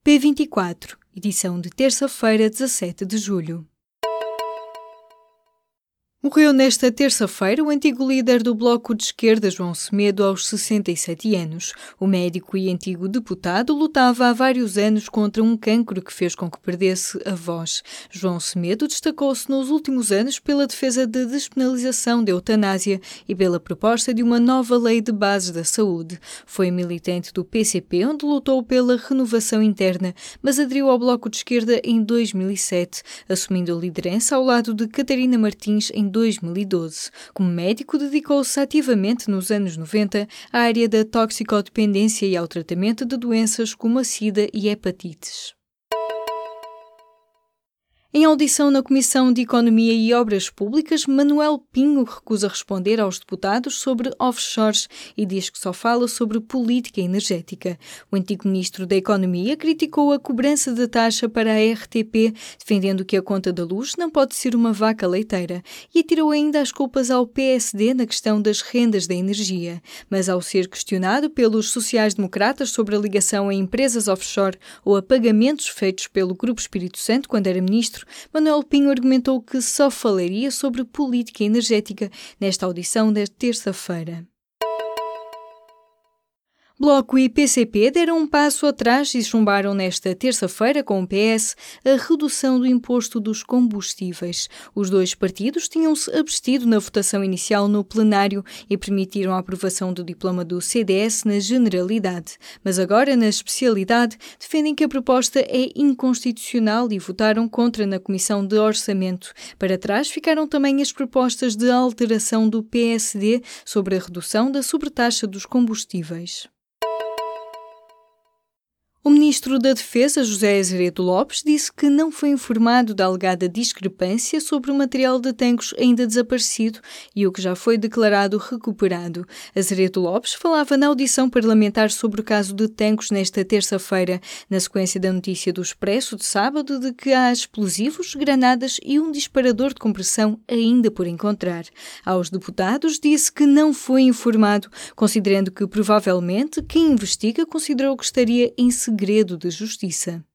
P24, edição de terça-feira, 17 de julho. Morreu nesta terça-feira o antigo líder do Bloco de Esquerda, João Semedo, aos 67 anos. O médico e antigo deputado lutava há vários anos contra um cancro que fez com que perdesse a voz. João Semedo destacou-se nos últimos anos pela defesa da despenalização da eutanásia e pela proposta de uma nova lei de bases da saúde. Foi militante do PCP, onde lutou pela renovação interna, mas aderiu ao Bloco de Esquerda em 2007, assumindo a liderança ao lado de Catarina Martins em 2012. Como médico, dedicou-se ativamente nos anos 90 à área da toxicodependência e ao tratamento de doenças como a SIDA e hepatites. Em audição na Comissão de Economia e Obras Públicas, Manuel Pinho recusa responder aos deputados sobre offshores e diz que só fala sobre política energética. O antigo ministro da Economia criticou a cobrança da taxa para a RTP, defendendo que a conta da luz não pode ser uma vaca leiteira, e atirou ainda as culpas ao PSD na questão das rendas da energia. Mas ao ser questionado pelos sociais-democratas sobre a ligação a empresas offshore ou a pagamentos feitos pelo Grupo Espírito Santo quando era ministro, Manuel Pinho argumentou que só falaria sobre política energética nesta audição desta terça-feira. Bloco e PCP deram um passo atrás e chumbaram nesta terça-feira com o PS a redução do imposto dos combustíveis. Os dois partidos tinham-se abstido na votação inicial no plenário e permitiram a aprovação do diploma do CDS na generalidade. Mas agora, na especialidade, defendem que a proposta é inconstitucional e votaram contra na Comissão de Orçamento. Para trás ficaram também as propostas de alteração do PSD sobre a redução da sobretaxa dos combustíveis. O ministro da Defesa, José Azeredo Lopes, disse que não foi informado da alegada discrepância sobre o material de tanques ainda desaparecido e o que já foi declarado recuperado. Azeredo Lopes falava na audição parlamentar sobre o caso de tanques nesta terça-feira, na sequência da notícia do Expresso de sábado de que há explosivos, granadas e um disparador de compressão ainda por encontrar. Aos deputados disse que não foi informado, considerando que provavelmente quem investiga considerou que estaria em segredo de justiça.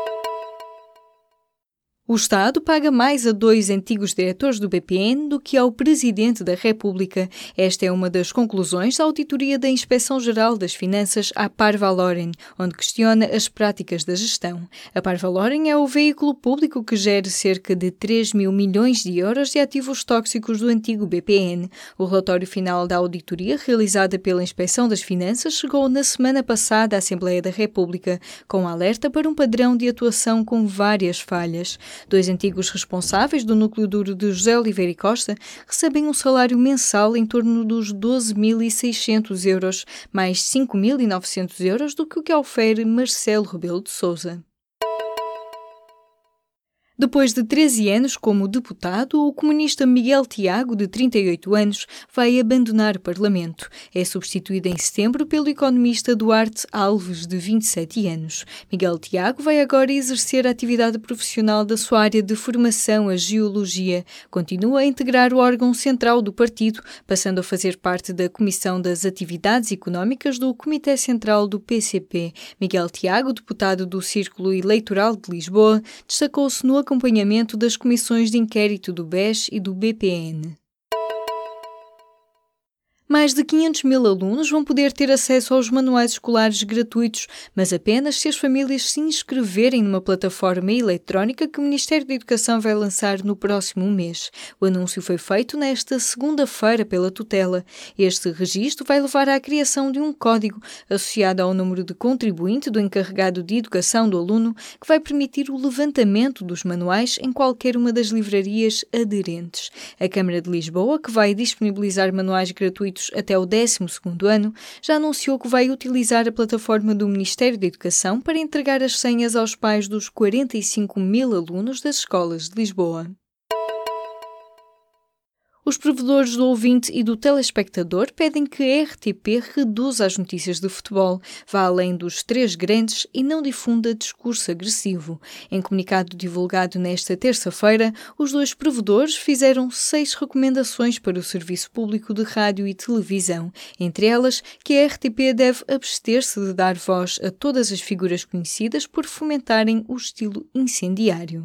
O Estado paga mais a 2 antigos diretores do BPN do que ao Presidente da República. Esta é uma das conclusões da auditoria da Inspeção-Geral das Finanças à Parvaloren, onde questiona as práticas da gestão. A Parvaloren é o veículo público que gera cerca de 3 mil milhões de euros de ativos tóxicos do antigo BPN. O relatório final da auditoria, realizada pela Inspeção das Finanças, chegou na semana passada à Assembleia da República, com alerta para um padrão de atuação com várias falhas. 2 antigos responsáveis do núcleo duro de José Oliveira e Costa recebem um salário mensal em torno dos 12.600 euros, mais 5.900 euros do que o que ofere Marcelo Rebelo de Sousa. Depois de 13 anos como deputado, o comunista Miguel Tiago, de 38 anos, vai abandonar o Parlamento. É substituído em setembro pelo economista Duarte Alves, de 27 anos. Miguel Tiago vai agora exercer a atividade profissional da sua área de formação, a geologia. Continua a integrar o órgão central do partido, passando a fazer parte da Comissão das Atividades Económicas do Comitê Central do PCP. Miguel Tiago, deputado do Círculo Eleitoral de Lisboa, destacou-se no acompanhamento das comissões de inquérito do BES e do BPN. Mais de 500 mil alunos vão poder ter acesso aos manuais escolares gratuitos, mas apenas se as famílias se inscreverem numa plataforma eletrónica que o Ministério da Educação vai lançar no próximo mês. O anúncio foi feito nesta segunda-feira pela tutela. Este registro vai levar à criação de um código associado ao número de contribuinte do encarregado de educação do aluno, que vai permitir o levantamento dos manuais em qualquer uma das livrarias aderentes. A Câmara de Lisboa, que vai disponibilizar manuais gratuitos até o 12º ano, já anunciou que vai utilizar a plataforma do Ministério da Educação para entregar as senhas aos pais dos 45 mil alunos das escolas de Lisboa. Os provedores do ouvinte e do telespectador pedem que a RTP reduza as notícias de futebol, vá além dos 3 grandes e não difunda discurso agressivo. Em comunicado divulgado nesta terça-feira, os 2 provedores fizeram 6 recomendações para o serviço público de rádio e televisão, entre elas que a RTP deve abster-se de dar voz a todas as figuras conhecidas por fomentarem o estilo incendiário.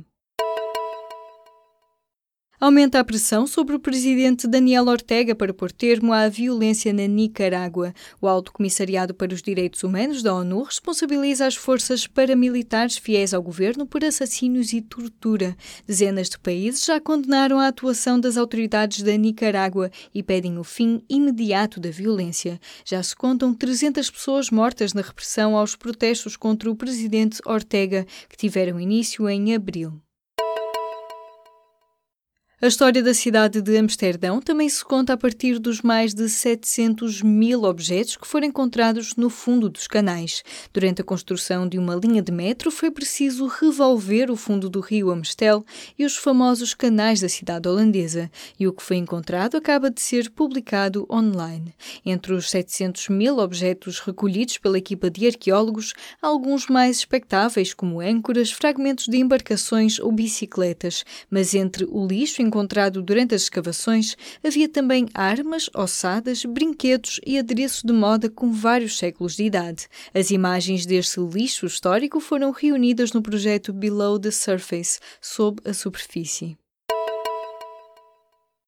Aumenta a pressão sobre o presidente Daniel Ortega para pôr termo à violência na Nicarágua. O Alto Comissariado para os Direitos Humanos da ONU responsabiliza as forças paramilitares fiéis ao governo por assassínios e tortura. Dezenas de países já condenaram a atuação das autoridades da Nicarágua e pedem o fim imediato da violência. Já se contam 300 pessoas mortas na repressão aos protestos contra o presidente Ortega, que tiveram início em abril. A história da cidade de Amsterdão também se conta a partir dos mais de 700 mil objetos que foram encontrados no fundo dos canais. Durante a construção de uma linha de metro, foi preciso revolver o fundo do rio Amstel e os famosos canais da cidade holandesa, e o que foi encontrado acaba de ser publicado online. Entre os 700 mil objetos recolhidos pela equipa de arqueólogos, há alguns mais expectáveis, como âncoras, fragmentos de embarcações ou bicicletas, mas entre o lixo encontrado durante as escavações, havia também armas, ossadas, brinquedos e adereços de moda com vários séculos de idade. As imagens deste lixo histórico foram reunidas no projeto Below the Surface, sob a superfície.